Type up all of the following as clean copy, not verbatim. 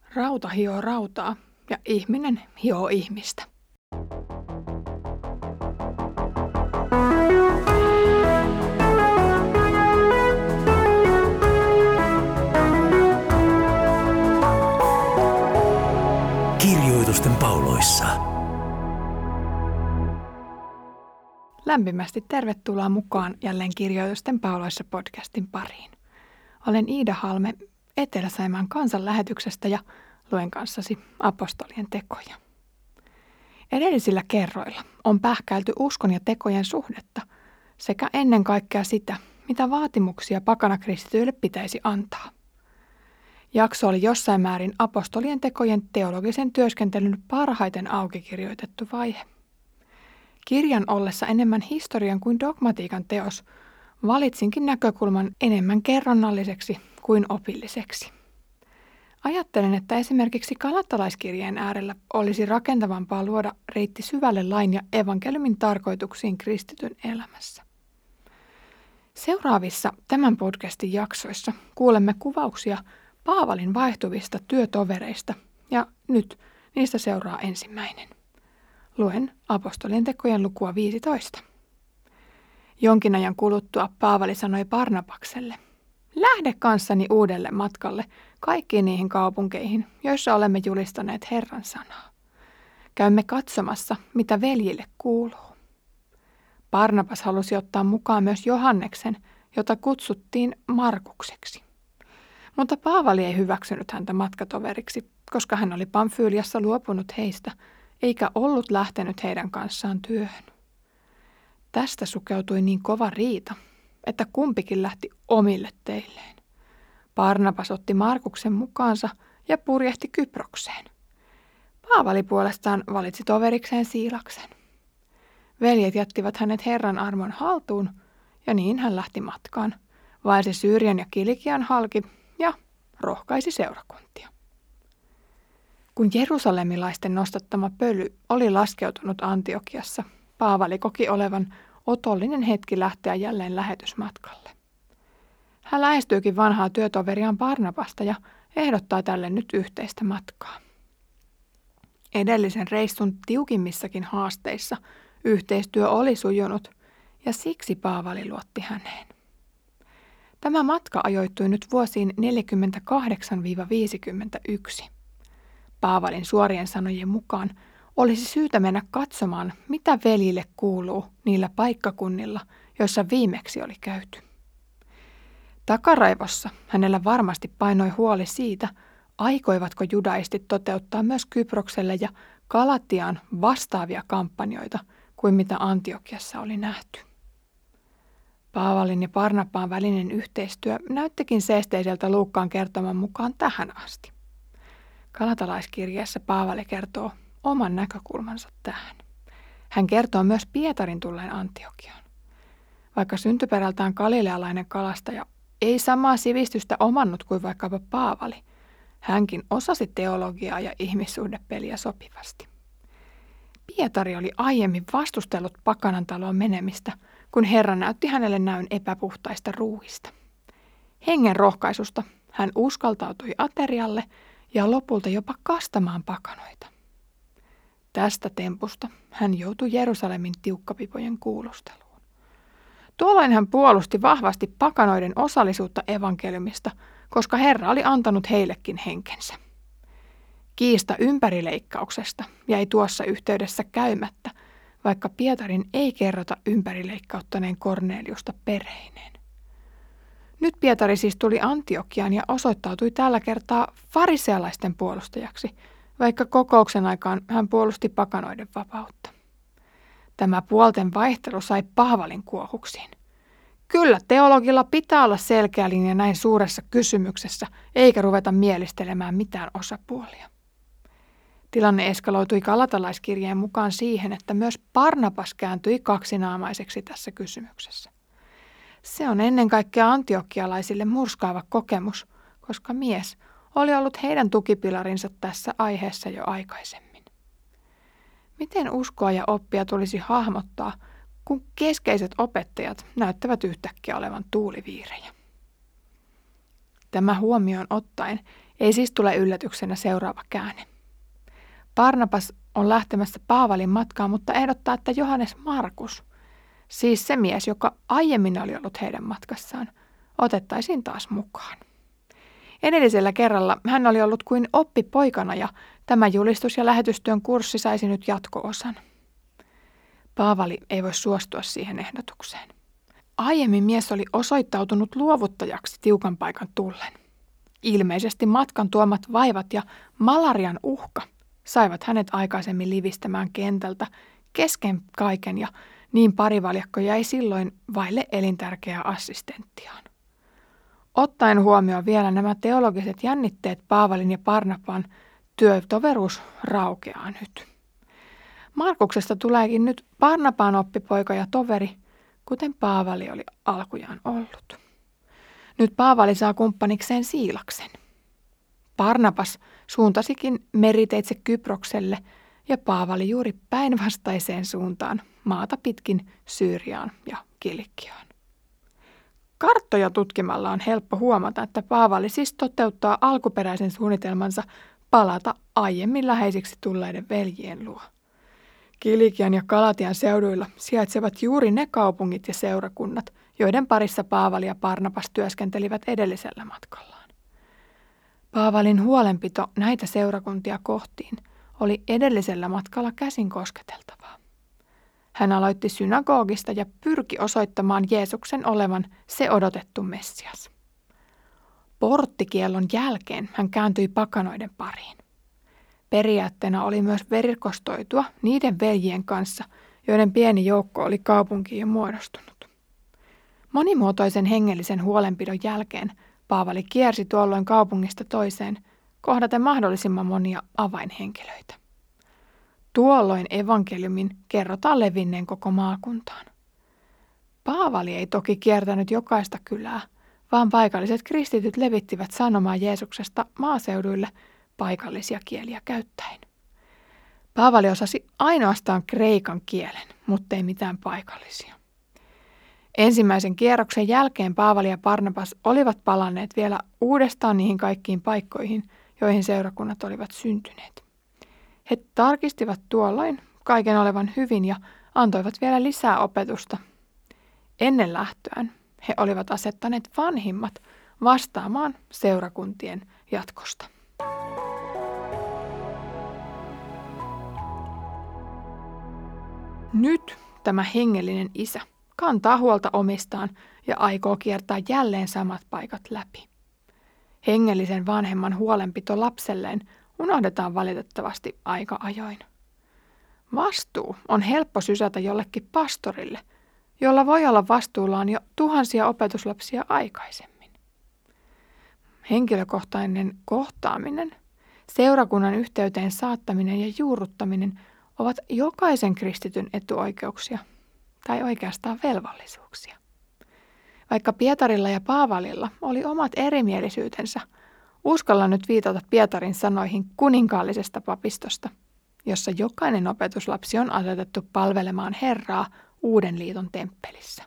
Rauta hioo rautaa ja ihminen hioo ihmistä. Kirjoitusten pauloissa. Lämpimästi tervetuloa mukaan jälleen Kirjoitusten pauloissa podcastin pariin. Olen Iida Halme Etelä-Saimaan kansanlähetyksestä ja luen kanssasi apostolien tekoja. Edellisillä kerroilla on pähkäilty uskon ja tekojen suhdetta sekä ennen kaikkea sitä, mitä vaatimuksia pakanakristityille pitäisi antaa. Jakso oli jossain määrin apostolien tekojen teologisen työskentelyn parhaiten auki kirjoitettu vaihe. Kirjan ollessa enemmän historian kuin dogmatiikan teos, valitsinkin näkökulman enemmän kerronnalliseksi kuin opilliseksi. Ajattelen, että esimerkiksi Galatalaiskirjeen äärellä olisi rakentavampaa luoda reitti syvälle lain ja evankeliumin tarkoituksiin kristityn elämässä. Seuraavissa tämän podcastin jaksoissa kuulemme kuvauksia Paavalin vaihtuvista työtovereista ja nyt niistä seuraa ensimmäinen. Luen apostolien tekojen lukua 15. Jonkin ajan kuluttua Paavali sanoi Barnabakselle: "Lähde kanssani uudelle matkalle kaikkiin niihin kaupunkeihin, joissa olemme julistaneet Herran sanaa. Käymme katsomassa, mitä veljille kuuluu." Barnabas halusi ottaa mukaan myös Johanneksen, jota kutsuttiin Markukseksi. Mutta Paavali ei hyväksynyt häntä matkatoveriksi, koska hän oli Pamfyliassa luopunut heistä, eikä ollut lähtenyt heidän kanssaan työhön. Tästä sukeutui niin kova riita, että kumpikin lähti omille teilleen. Barnabas otti Markuksen mukaansa ja purjehti Kyprokseen. Paavali puolestaan valitsi toverikseen Siilaksen. Veljet jättivät hänet Herran armon haltuun, ja niin hän lähti matkaan, vaelsi Syyrian ja Kilikian halki ja rohkaisi seurakuntia. Kun jerusalemilaisten nostattama pöly oli laskeutunut Antiokiassa, Paavali koki olevan otollinen hetki lähteä jälleen lähetysmatkalle. Hän lähestyykin vanhaa työtoveriaan Barnabasta ja ehdottaa tälle nyt yhteistä matkaa. Edellisen reissun tiukimmissakin haasteissa yhteistyö oli sujunut ja siksi Paavali luotti häneen. Tämä matka ajoittui nyt vuosiin 48-51. Paavalin suorien sanojen mukaan olisi syytä mennä katsomaan, mitä veljille kuuluu niillä paikkakunnilla, joissa viimeksi oli käyty. Takaraivossa hänellä varmasti painoi huoli siitä, aikoivatko judaistit toteuttaa myös Kyprokselle ja Galatiaan vastaavia kampanjoita kuin mitä Antiokiassa oli nähty. Paavalin ja Barnabaan välinen yhteistyö näyttikin seesteiseltä Luukkaan kertoman mukaan tähän asti. Galatalaiskirjeessä Paavali kertoo oman näkökulmansa tähän. Hän kertoo myös Pietarin tulleen Antiokiaan. Vaikka syntyperältään galilealainen kalastaja ei samaa sivistystä omannut kuin vaikkapa Paavali, hänkin osasi teologiaa ja ihmissuhdepeliä sopivasti. Pietari oli aiemmin vastustellut pakanan taloon menemistä, kun Herra näytti hänelle näyn epäpuhtaista ruuista. Hengen rohkaisusta hän uskaltautui aterialle ja lopulta jopa kastamaan pakanoita. Tästä tempusta hän joutui Jerusalemin tiukkapipojen kuulusteluun. Tuolloin hän puolusti vahvasti pakanoiden osallisuutta evankeliumista, koska Herra oli antanut heillekin henkensä. Kiista ympärileikkauksesta jäi tuossa yhteydessä käymättä, vaikka Pietarin ei kerrota ympärileikkauttaneen Korneliusta perheineen. Nyt Pietari siis tuli Antiokiaan ja osoittautui tällä kertaa farisealaisten puolustajaksi, vaikka kokouksen aikaan hän puolusti pakanoiden vapautta. Tämä puolten vaihtelu sai Paavalin kuohuksiin. Kyllä teologilla pitää olla selkeä linja näin suuressa kysymyksessä, eikä ruveta mielistelemään mitään osapuolia. Tilanne eskaloitui Galatalaiskirjeen mukaan siihen, että myös Barnabas kääntyi kaksinaamaiseksi tässä kysymyksessä. Se on ennen kaikkea antiokialaisille murskaava kokemus, koska mies oli ollut heidän tukipilarinsa tässä aiheessa jo aikaisemmin. Miten uskoa ja oppia tulisi hahmottaa, kun keskeiset opettajat näyttävät yhtäkkiä olevan tuuliviirejä? Tämä huomioon ottaen Ei siis tule yllätyksenä seuraava käänne. Barnabas on lähtemässä Paavalin matkaan, mutta ehdottaa, että Johannes Markus, siis se mies, joka aiemmin oli ollut heidän matkassaan, otettaisiin taas mukaan. Edellisellä kerralla hän oli ollut kuin oppipoikana ja tämä julistus- ja lähetystyön kurssi saisi nyt jatko-osan. Paavali ei voi suostua siihen ehdotukseen. Aiemmin mies oli osoittautunut luovuttajaksi tiukan paikan tullen. Ilmeisesti matkan tuomat vaivat ja malarian uhka saivat hänet aikaisemmin livistämään kentältä kesken kaiken ja niin parivaljakko jäi silloin vaille elintärkeää assistenttiaan. Ottaen huomioon vielä nämä teologiset jännitteet, Paavalin ja Barnabaan työtoveruus raukeaa nyt. Markuksesta tuleekin nyt Barnabaan oppipoika ja toveri, kuten Paavali oli alkujaan ollut. Nyt Paavali saa kumppanikseen Siilaksen. Barnabas suuntasikin meriteitse Kyprokselle ja Paavali juuri päinvastaiseen suuntaan maata pitkin Syyriaan ja Kilikiaan. Karttoja tutkimalla on helppo huomata, että Paavali siis toteuttaa alkuperäisen suunnitelmansa palata aiemmin läheisiksi tulleiden veljien luo. Kilikian ja Galatian seuduilla sijaitsevat juuri ne kaupungit ja seurakunnat, joiden parissa Paavali ja Barnabas työskentelivät edellisellä matkallaan. Paavalin huolenpito näitä seurakuntia kohtiin oli edellisellä matkalla käsin kosketeltavaa. Hän aloitti synagogista ja pyrki osoittamaan Jeesuksen olevan se odotettu Messias. Porttikiellon jälkeen hän kääntyi pakanoiden pariin. Periaatteena oli myös verkostoitua niiden veljien kanssa, joiden pieni joukko oli kaupunkiin jo muodostunut. Monimuotoisen hengellisen huolenpidon jälkeen Paavali kiersi tuolloin kaupungista toiseen, kohdaten mahdollisimman monia avainhenkilöitä. Tuolloin evankeliumin kerrotaan levinneen koko maakuntaan. Paavali ei toki kiertänyt jokaista kylää, vaan paikalliset kristityt levittivät sanomaa Jeesuksesta maaseuduille paikallisia kieliä käyttäen. Paavali osasi ainoastaan kreikan kielen, mutta ei mitään paikallisia. Ensimmäisen kierroksen jälkeen Paavali ja Barnabas olivat palanneet vielä uudestaan niihin kaikkiin paikkoihin, joihin seurakunnat olivat syntyneet. He tarkistivat tuolloin kaiken olevan hyvin ja antoivat vielä lisää opetusta. Ennen lähtöään he olivat asettaneet vanhimmat vastaamaan seurakuntien jatkosta. Nyt tämä hengellinen isä kantaa huolta omistaan ja aikoo kiertää jälleen samat paikat läpi. Hengellisen vanhemman huolenpito lapselleen unohdetaan valitettavasti aika ajoin. Vastuu on helppo sysätä jollekin pastorille, jolla voi olla vastuullaan jo tuhansia opetuslapsia aikaisemmin. Henkilökohtainen kohtaaminen, seurakunnan yhteyteen saattaminen ja juurruttaminen ovat jokaisen kristityn etuoikeuksia tai oikeastaan velvollisuuksia. Vaikka Pietarilla ja Paavalilla oli omat erimielisyytensä, uskallan nyt viitata Pietarin sanoihin kuninkaallisesta papistosta, jossa jokainen opetuslapsi on asetettu palvelemaan Herraa Uuden liiton temppelissä.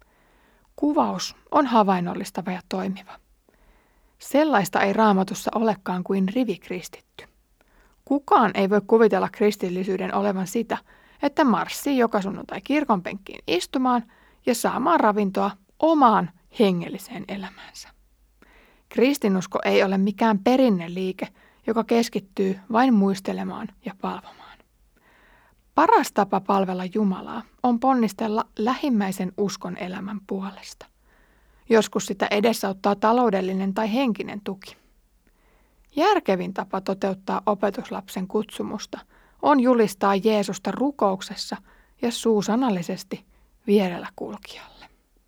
Kuvaus on havainnollistava ja toimiva. Sellaista ei Raamatussa olekaan kuin rivikristitty. Kukaan ei voi kuvitella kristillisyyden olevan sitä, että marssii joka sunnuntai kirkonpenkkiin istumaan ja saamaan ravintoa omaan hengelliseen elämäänsä. Kristinusko ei ole mikään perinneliike, joka keskittyy vain muistelemaan ja palvomaan. Paras tapa palvella Jumalaa on ponnistella lähimmäisen uskon elämän puolesta. Joskus sitä edesauttaa taloudellinen tai henkinen tuki. Järkevin tapa toteuttaa opetuslapsen kutsumusta on julistaa Jeesusta rukouksessa ja suusanallisesti vierellä kulkijalle.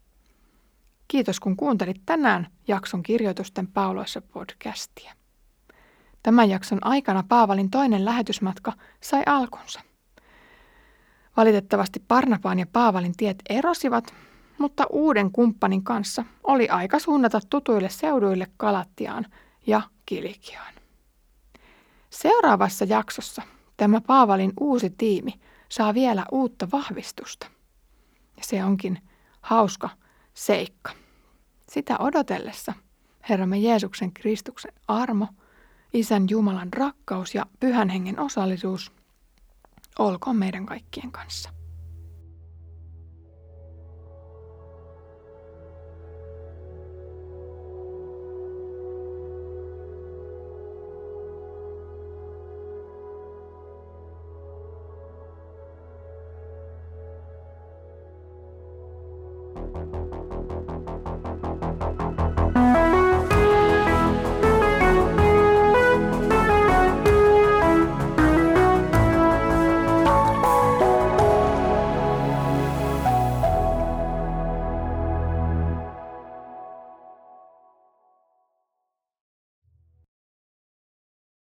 Kiitos kun kuuntelit tänään jakson Kirjoitusten pauloissa podcastia. Tämän jakson aikana Paavalin toinen lähetysmatka sai alkunsa. Valitettavasti Barnabaan ja Paavalin tiet erosivat, mutta uuden kumppanin kanssa oli aika suunnata tutuille seuduille Galatiaan ja Kilikiaan. Seuraavassa jaksossa tämä Paavalin uusi tiimi saa vielä uutta vahvistusta. Ja se onkin hauska seikka. Sitä odotellessa Herramme Jeesuksen Kristuksen armo, Isän Jumalan rakkaus ja Pyhän Hengen osallisuus olkoon meidän kaikkien kanssa.